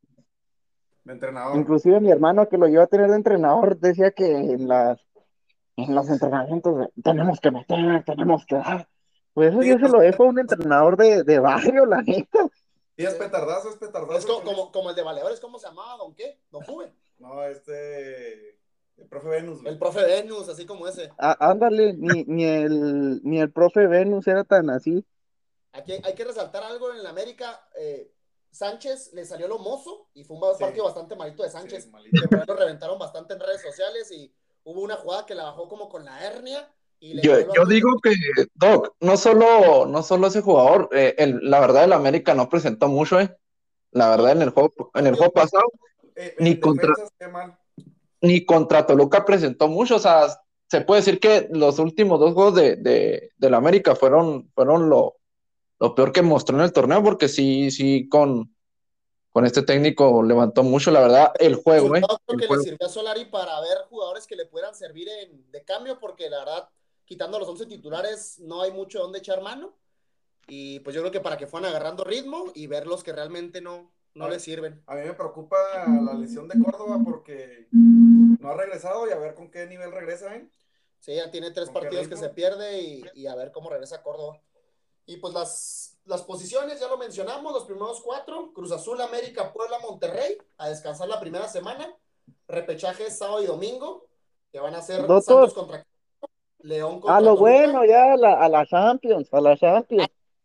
de entrenador. inclusive mi hermano que lo llevó a tener de entrenador decía que en las, en los entrenamientos de, tenemos que meter, tenemos que dar. Pues eso Sí, yo se pues, lo dejo a un entrenador de, de barrio, la neta. sí, es petardazo, es Es petardazo el como, Chelis. como, como el de Valedores, ¿cómo se llamaba? ¿Don qué? ¿Don Juve? No, este. El profe Venus, güey. El profe Venus, así como ese. Á- ándale, ni, ni el, ni el profe Venus era tan así. Aquí hay que resaltar algo en el América. Eh, Sánchez le salió lo mozo y fue un Sí, partido bastante malito de sí, Sánchez, malito. que por ahí lo reventaron bastante en redes sociales y hubo una jugada que la bajó como con la hernia y le Yo, quedó el yo balón. digo que, Doc, no solo, no solo ese jugador, eh, el- la verdad el América no presentó mucho, eh. La No, verdad en el juego, en el juego pasado, Eh, ni en contra, defensa, qué mal. ni contra Toluca presentó mucho. O sea, se puede decir que los últimos dos juegos de, de, del América fueron, fueron lo, lo peor que mostró en el torneo, porque sí, sí, con, con este técnico levantó mucho, la verdad, el el juego, eh. resultado creo El que le juego. sirvió a Solari para ver jugadores que le puedan servir en, de cambio, porque la verdad, quitando los once titulares, no hay mucho donde echar mano. Y pues yo creo que para que fueran agarrando ritmo y ver los que realmente no, no A, les sirven. a mí me preocupa la lesión de Córdoba porque no ha regresado y a ver con qué nivel regresa, ¿eh? Sí, ya tiene tres ¿Con qué partidos que ritmo? se pierde y, y a ver cómo regresa Córdoba. Y pues las, las posiciones, ya lo mencionamos, los primeros cuatro, Cruz Azul, América, Puebla, Monterrey, a descansar la primera semana, repechaje sábado y domingo, que van a ser Santos Doctor, contra León a contra lo Toluca, bueno, ya a la, a la Champions, a la Champions.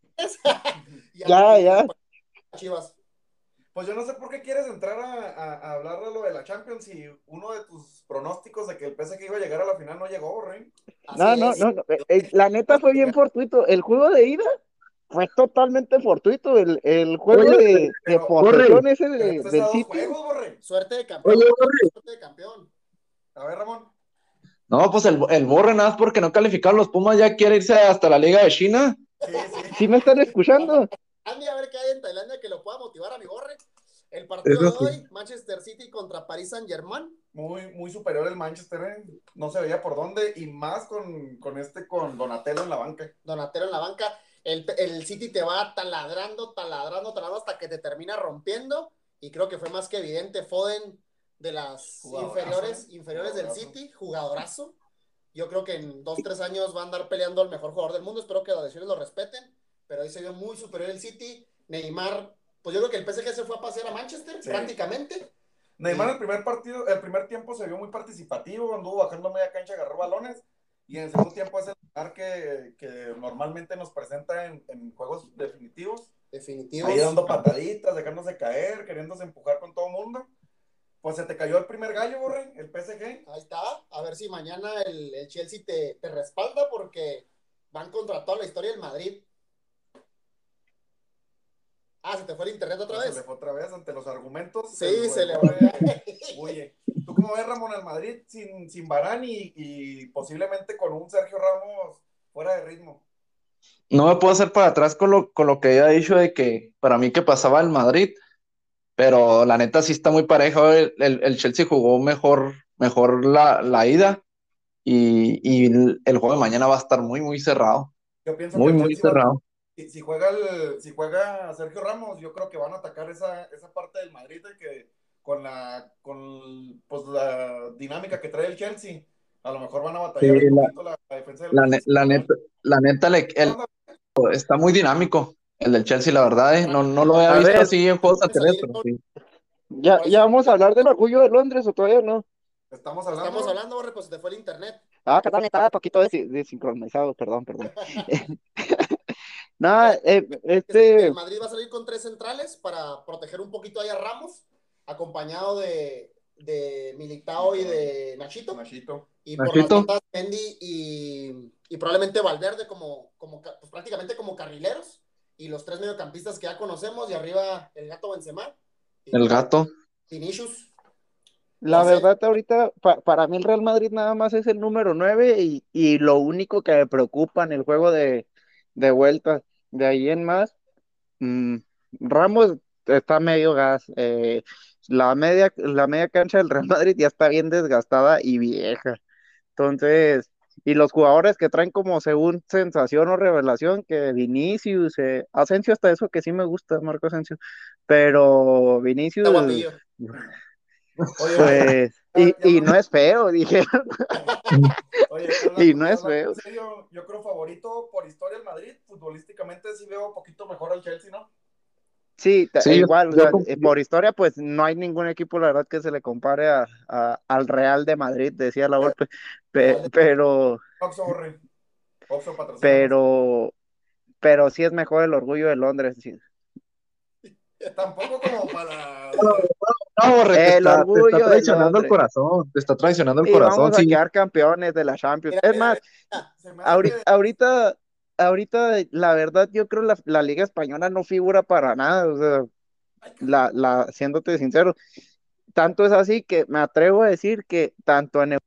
y, a, Ya, y ya. Chivas. Pues yo no sé por qué quieres entrar a, a, a hablar de lo de la Champions y uno de tus pronósticos de que el P S G iba a llegar a la final no llegó, Rey. Así No, no, es. no, no. eh, eh, la neta fue bien fortuito. El juego de ida fue totalmente fortuito. El, el juego Oye, de, de Pero, Borre, posesión ese pero de- este es a del dos City. juegos, Borre. Suerte de oye, campeón, Borre, suerte de campeón. A ver, Ramón. No, pues el, el Borre, nada más porque no calificaron los Pumas, ya quiere irse hasta la Liga de China. Sí, sí. ¿Sí me están escuchando? Andy, a ver qué hay en Tailandia que lo pueda motivar a mi Borre. El partido Eso de sí. hoy, Manchester City contra Paris Saint-Germain. Muy, muy superior el Manchester, ¿eh? No se veía por dónde, y más con, con este, con Donatello en la banca. Donatello en la banca. El, el City te va taladrando, taladrando, taladrando hasta que te termina rompiendo. Y creo que fue más que evidente. Foden, de las Jugadorazo, inferiores, ¿eh? inferiores del Jugadorazo. City, jugadorazo. Yo creo que en dos, tres años va a andar peleando el mejor jugador del mundo. Espero que las lesiones lo respeten. Pero ahí se vio muy superior el City. Neymar, pues yo creo que el P S G se fue a pasear a Manchester, Sí. prácticamente. Neymar Y- el primer partido, el primer tiempo se vio muy participativo, anduvo bajando media cancha, agarró balones, y en el segundo tiempo es el Neymar que, que normalmente nos presenta en, en juegos definitivos, definitivos. ahí dando pataditas, dejándose caer, queriéndose empujar con todo el mundo. Pues se te cayó el primer gallo, Borre, el P S G. Ahí está. A ver si mañana el, el Chelsea te, te respalda porque van contra toda la historia del Madrid. Ah, ¿se te fue el internet otra Ah, se vez? le fue otra vez ante los argumentos. Sí, el- se el le Borre volvió. huye. ¿Tú cómo ves, Ramón, al Madrid sin, sin Varane y, y posiblemente con un Sergio Ramos fuera de ritmo? No me puedo hacer para atrás con lo, con lo que había dicho de que para mí que pasaba el Madrid, pero la neta sí está muy parejo. El, el, el Chelsea jugó mejor, mejor la, la ida y, y el, el juego de mañana va a estar muy, muy cerrado. Yo pienso que Muy, el muy Chelsea va, cerrado. si, si juega el, si juega Sergio Ramos, yo creo que van a atacar esa, esa parte del Madrid de que con la, con pues la dinámica que trae el Chelsea, a lo mejor van a Sí, batallar un la, poquito la, la defensa del la, Madrid. ne- la neta, la neta le- ¿Qué el- onda? está muy dinámico el del Chelsea, la verdad, ¿eh? No, no lo había A visto ver, así en juegos Puede anteriores, salir pero con- sí. ¿ya, por ahí ya se- vamos a hablar del orgullo de Londres o todavía no? Estamos hablando. Estamos hablando, Borre, pues se te fue el internet. Ah, perdón, estaba un poquito desi- desincronizado, perdón, perdón. Eh, Nada, eh, que sí, este, el Madrid va a salir con tres centrales para proteger un poquito ahí a Ramos, acompañado de, de Militao y de Nachito. Nachito. Y por las Nachito. bandas, Mendy y, y probablemente Valverde como, como ca- pues prácticamente como carrileros. Y los tres mediocampistas que ya conocemos. Y arriba el gato Benzema. Y El gato. Vinicius. la No sé. verdad, ahorita, pa- para mí el Real Madrid nada más es el número nueve y, y lo único que me preocupa en el juego de, de vuelta, de ahí en más, mm, Ramos está medio gas. eh, la media, la media cancha del Real Madrid ya está bien desgastada y vieja. Entonces, y los jugadores que traen como según sensación o revelación, que Vinicius, eh, Asensio, hasta eso que sí me gusta, Marco Asensio, pero Está Vinicius, guapillo. Oye, Borre, pues, ya, y, ya y no hablando, es feo, dije, oye, y hablando, no ya es hablando feo. en serio, yo creo favorito por historia el Madrid, futbolísticamente sí veo un poquito mejor al Chelsea, ¿no? Sí, ta- Sí, yo, igual, o yo, sea, eh, por historia, pues no hay ningún equipo, la verdad, que se le compare a, a- al Real de Madrid, decía la Eh, Volpe, pe- Real de- pero, Oxo, Borre. Oxo, patrocínanos. pero, pero sí es mejor el orgullo de Londres, sí. Tampoco como para... no, Borre, te El está, te está orgullo de traicionando el Londres. corazón, te está traicionando el Y corazón, vamos a sí. quedar campeones de la Champions. Mira, Es mira, más, mira. Se me hace ahorita, que ahorita, ahorita, la verdad, yo creo la, la Liga Española no figura para nada, o sea, la, la, siéndote sincero, tanto es así que me atrevo a decir que tanto en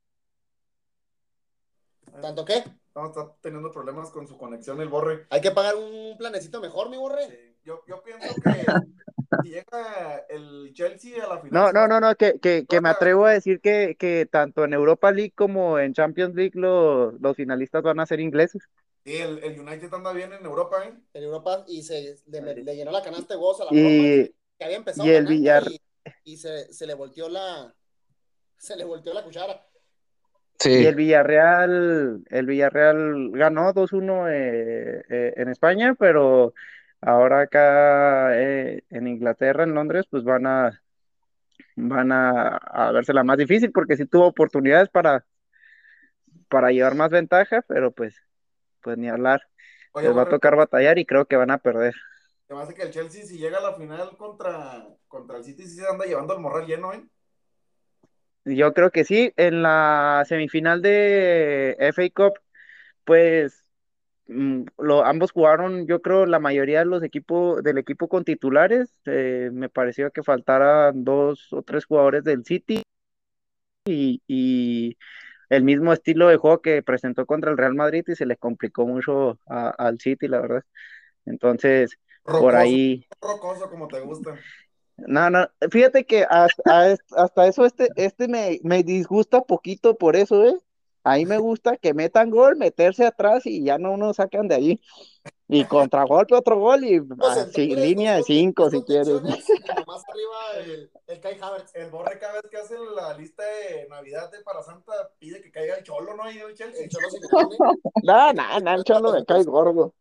¿Tanto qué? no, está teniendo problemas con su conexión el Borre. Hay que pagar un planecito mejor, mi Borre. Sí, Yo, yo pienso que si llega el Chelsea a la final, No, se va no, a no, no, que, que, que me jugar. atrevo a decir que, que tanto en Europa League como en Champions League lo- los finalistas van a ser ingleses. Sí, el, el United anda bien en Europa, ¿eh? En Europa y se le, le llenó la canasta de huevos a la Roma, Y, que había empezado y el ganando Villar, y, y se, se le volteó la se le volteó la cuchara. y Sí, el Villarreal, el Villarreal ganó dos uno eh, eh, en España, pero ahora acá eh, en Inglaterra, en Londres, pues van a, van a, a verse la más difícil porque sí tuvo oportunidades para, para llevar más ventaja, pero pues, pues ni hablar. Oye, Les va a Borre, tocar batallar y creo que van a perder. se me hace que el Chelsea, si llega a la final contra, contra el City, sí se anda llevando el morral lleno, ¿eh? Yo creo que sí, en la semifinal de F A Cup, pues mm, lo, ambos jugaron, yo creo, la mayoría de los equipos del equipo con titulares. Eh, me pareció que faltaran dos o tres jugadores del City y, y el mismo estilo de juego que presentó contra el Real Madrid y se les complicó mucho a- al City, la verdad. Entonces, por Rocoso, ahí, rocoso como te gusta. no, no, fíjate que hasta, hasta eso este, este me, me disgusta poquito por eso, ¿eh? Ahí me gusta que metan gol, meterse atrás y ya no nos sacan de ahí. Y contragolpe, otro gol y Dos así, centrales, dos, línea de conte- cinco dos si quieres. contenciones y nomás arriba El, el, el Kai Havertz. el Borre cada vez que hace la lista de Navidad de para Santa pide que caiga el Cholo, ¿no? Y el Chelsea. El Cholo Simeone. No, no, no, el Cholo me cae gordo.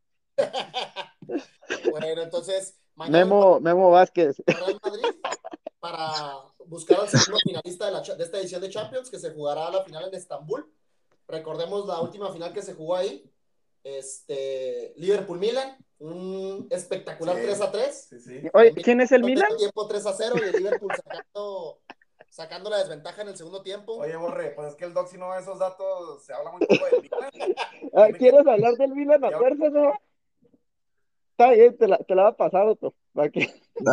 Bueno, entonces, mañana el Memo, Memo Vázquez. Real Madrid para buscar al segundo finalista de, la, de esta edición de Champions, que se jugará la final en Estambul. Recordemos la última final que se jugó ahí. Este, Liverpool-Milan, un espectacular Sí, tres a tres. Sí, sí. Oye, El Milan ¿quién es el en el Milan? medio tiempo tres a cero y el Liverpool sacando, sacando la desventaja en el segundo tiempo. Oye, Borre, pues es que el Doc, si no da esos datos, se habla muy poco del Milan. Ah, Tiene que. ¿quieres hablar del Milan a Ya, fuerza, no? Está bien, te la, te la va a pasar, Otto. ¿Para qué?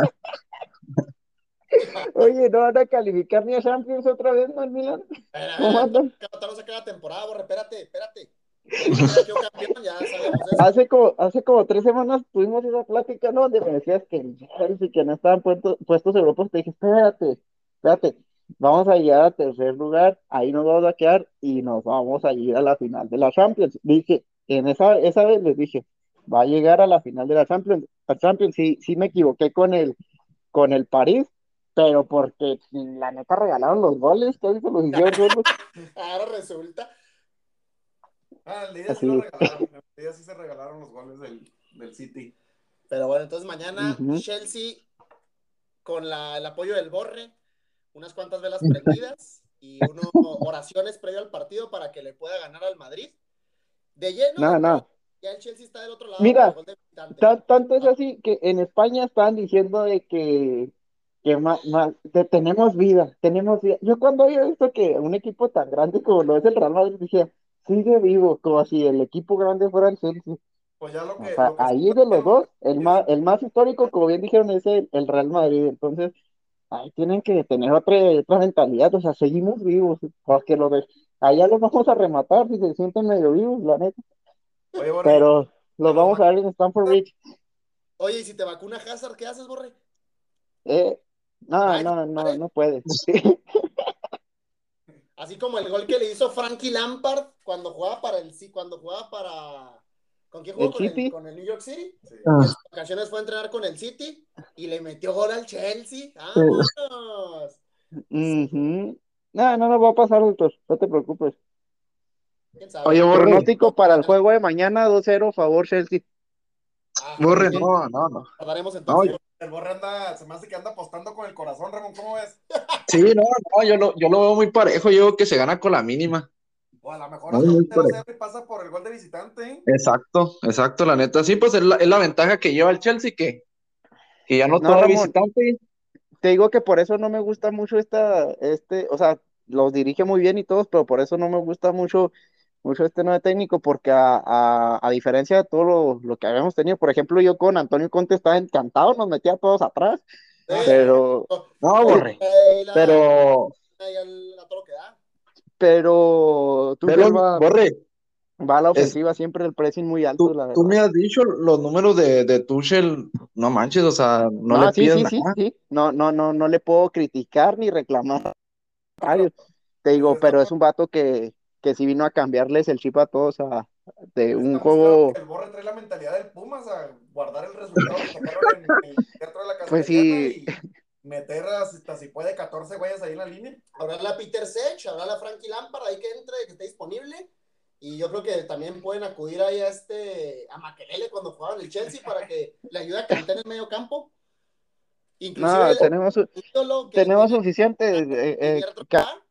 Oye, ¿no van a calificar ni a Champions otra vez, no, el Milan? Espera, ¿Cómo espera, andan? todavía no se acaba la temporada, borre, espérate, espérate. El Inter quedó campeón, ya sabíamos eso. Hace como, hace como tres semanas tuvimos esa plática, ¿no? Donde me decías que el Chelsea, que no estaban puestos, puestos europeos. Te dije, espérate, espérate, vamos a llegar a tercer lugar, ahí nos vamos a quedar y nos vamos a ir a la final de la Champions. Dije, en esa, esa vez les dije, va a llegar a la final de la Champions. La Champions, sí, sí me equivoqué con el, con el París, pero porque la neta regalaron los goles, casi se los hicieron solos. Ahora resulta. ah, el día sí lo Así, regalaron. El día sí se regalaron los goles del, del City. Pero bueno, entonces mañana ujú. Chelsea con la, el apoyo del Borre, unas cuantas velas prendidas y unas oraciones previo al partido para que le pueda ganar al Madrid. De lleno, Nada, pero nada. ya el Chelsea está del otro lado con el Mira, gol de visitante. tan- tanto es así que en España estaban diciendo de que, que ma- ma- de tenemos vida, tenemos vida. Yo cuando había visto que un equipo tan grande como lo es el Real Madrid, dije, sigue vivo, como si el equipo grande fuera el Chelsea. Pues ya lo O que, sea, lo que sí ahí está de los bien dos, el es más, el más histórico, como bien dijeron, es el, el Real Madrid. Entonces, ahí tienen que tener otra, otra mentalidad, o sea, seguimos vivos, porque lo de allá los vamos a rematar si se sienten medio vivos, la neta, Oye, Borre, pero de los los vamos a ver en Stamford Bridge. Oye, y si te vacuna Hazard, ¿qué haces, Borre? Eh, no, Ay, no, no, madre. no puede. Así como el gol que le hizo Frankie Lampard cuando jugaba para el sí, cuando jugaba para. ¿Con quién jugó? El Con el, City, con el New York City. sí. Que en Ah, sus vacaciones fue a entrenar con el City y le metió gol al Chelsea. sí. ¡Vámonos! ujú. No, no nos va a pasar, doctor, no te preocupes. ¿Quién sabe? Oye, Borre, Pronóstico para el juego de mañana, dos cero, favor Chelsea. Ah, Borre, ok. no, no, no. Guardaremos No, entonces. El Borre anda, se me hace que anda apostando con el corazón, Ramón, ¿cómo ves? sí, no, no, yo lo, yo lo veo muy parejo, yo creo que se gana con la mínima. O a lo mejor Muy, hasta un muy cero parejo. cero y pasa por el gol de visitante, ¿eh? Exacto, exacto, la neta. Sí, pues es la, es la ventaja que lleva el Chelsea, que, que ya no No, todo es Ramón, visitante. te digo que por eso no me gusta mucho esta, este, o sea, los dirige muy bien y todos, pero por eso no me gusta mucho, mucho este nuevo técnico, porque a, a, a diferencia de todo lo, lo que habíamos tenido, por ejemplo, yo con Antonio Conte estaba encantado, nos metía a todos atrás, Ah, Eh, sí. pero, No, con Borre, eh, la, pero, ahí al- a todo lo que da. pero velo, Tuchel va, Borre, va a la es, ofensiva, siempre el pressing muy alto, tú, la tú verdad. me has dicho los números de, de Tuchel, no manches, o sea, no le No, sí, pides sí, sí, nada. sí, no, no, no, no le puedo criticar ni reclamar. No, pero Te digo, está, pero es un vato que, que sí vino a cambiarles el chip a todos a, de un está más claro que juego, el Borre trae la mentalidad del Pumas a guardar el resultado que sacaron en el Teatro de la pues Castellana sí, y meter hasta si puede catorce güeyes ahí en la línea. Hablarle a Peter Sech, hablarle a Frankie Lampard, ahí que entre, que esté disponible. Y yo creo que también pueden acudir ahí a este, a Makelele cuando jugaban el Chelsea para que le ayude a cantar en el medio campo. Inclusive no, el tenemos, ídolo que tenemos tiene suficientes eh, eh, Didier ca- Drogba.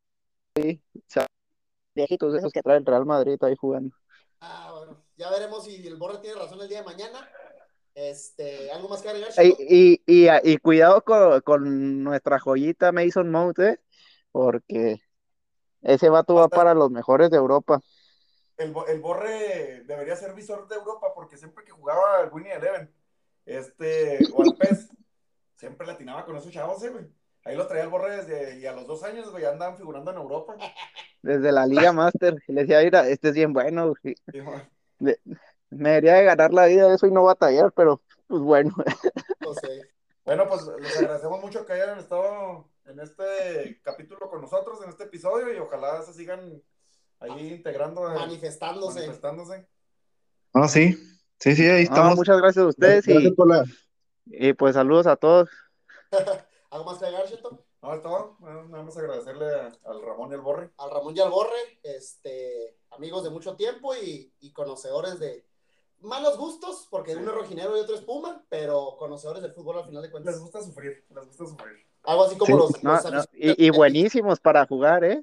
viejitos de esos que trae el Real Madrid ahí jugando. Ah, bueno, ya veremos si el Borre tiene razón el día de mañana. Este, ¿algo más que agregar, Y, Checo? y, y, y cuidado con, con nuestra joyita Mason Mount, ¿eh? Porque ese vato va Hasta para los mejores de Europa. el, el Borre debería ser visor de Europa porque siempre que jugaba al Winnie Eleven este, o al PES, siempre latinaba con esos chavos, eh, güey. Ahí los traía el Borre desde, y a los dos años, güey, andaban figurando en Europa. desde la Liga Master. Y le decía, mira, este es bien bueno. Y Sí, man. le- me debería de ganar la vida eso y no batallar, pero pues bueno. No sé. Bueno, pues les agradecemos mucho que hayan estado en este capítulo con nosotros, en este episodio, y ojalá se sigan ahí integrando, eh, Manifestándose. manifestándose. No, sí, sí, sí, ahí No, estamos. muchas gracias a Gracias, ustedes gracias y, por la. y pues saludos a todos. ¿Algo más que agregar, Cheto? No, es todo. Bueno, nada más agradecerle a- al Ramón y al Borre. Al Ramón y al Borre, este, amigos de mucho tiempo y, y conocedores de malos gustos, porque Sí. uno es rojinero y otro es Puma, pero conocedores del fútbol al final de Les cuentas. gusta sufrir, les gusta sufrir. Algo así como Sí. los, No, los no, aficionados y, y del Betis. buenísimos para jugar, ¿eh?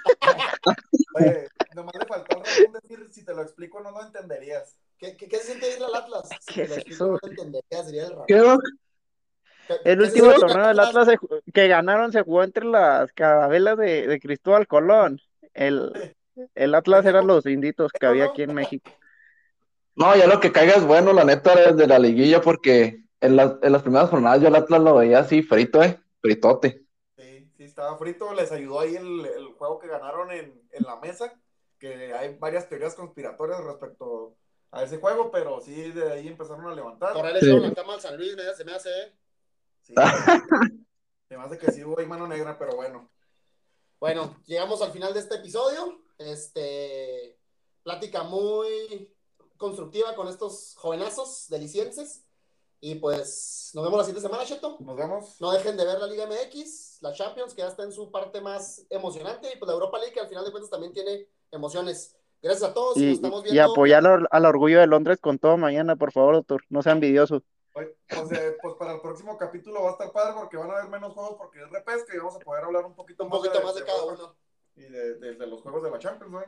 Oye, nomás le faltó al Ramón decir, si te lo explico no lo entenderías. ¿Qué, qué, qué se siente ir al Atlas? Si ¿Qué te es lo explico, no eso? lo entenderías, diría el Ramón. ¿Qué va? ¿Qué, El qué se último siente ir torneo al del Atlas? Atlas se ju- que ganaron se jugó entre las carabelas de, de Cristóbal Colón. El, el Atlas eran los inditos que ¿No, había no? aquí en México. No, ya lo que caiga es bueno, la neta, desde la liguilla, porque en, las en las primeras jornadas yo el Atlas lo veía así frito, ¿eh? Fritote. Sí, sí, estaba frito. Les ayudó ahí el, el juego que ganaron en, en la mesa, que hay varias teorías conspiratorias respecto a ese juego, pero sí, de ahí empezaron a levantar. Por ahí le Sí. echaron la cama al San Luis, me- se me hace, ¿eh? Sí, se me hace, se me hace que sí hubo ahí mano negra, pero bueno. Bueno, llegamos al final de este episodio. Este, plática muy constructiva con estos jovenazos delicienses. Y pues nos vemos la siguiente semana, Cheto. Nos vemos. No dejen de ver la Liga M X, la Champions, que ya está en su parte más emocionante. Y pues la Europa League, que al final de cuentas también tiene emociones. Gracias a todos y nos Y, y, estamos y viendo. apoyar al, al orgullo de Londres con todo mañana, por favor, doctor. No sea envidioso. Oye, Pues, eh, pues para el próximo capítulo va a estar padre porque van a haber menos juegos porque es repesca y vamos a poder hablar un poquito Un más poquito más de cada Europa uno. y de, de- de los juegos de la Champions, ¿no?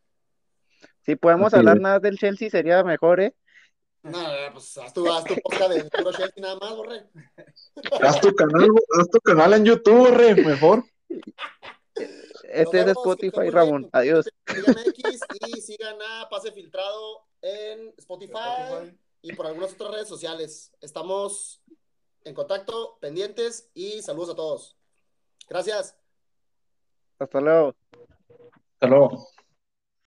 Si podemos Así hablar es. nada del Chelsea sería mejor, ¿eh? No, no, no, pues haz tu, haz tu podcast de puro Chelsea nada más, borre. Haz tu canal, haz tu canal en YouTube, re, mejor. Nos Este es de vemos, que estén Spotify, muy bien. Ramón. Adiós. Liga M X y sigan a Pase Filtrado en Spotify, Spotify. y por algunas otras redes sociales. Estamos en contacto, pendientes y saludos a todos. Gracias. Hasta luego. Hasta luego.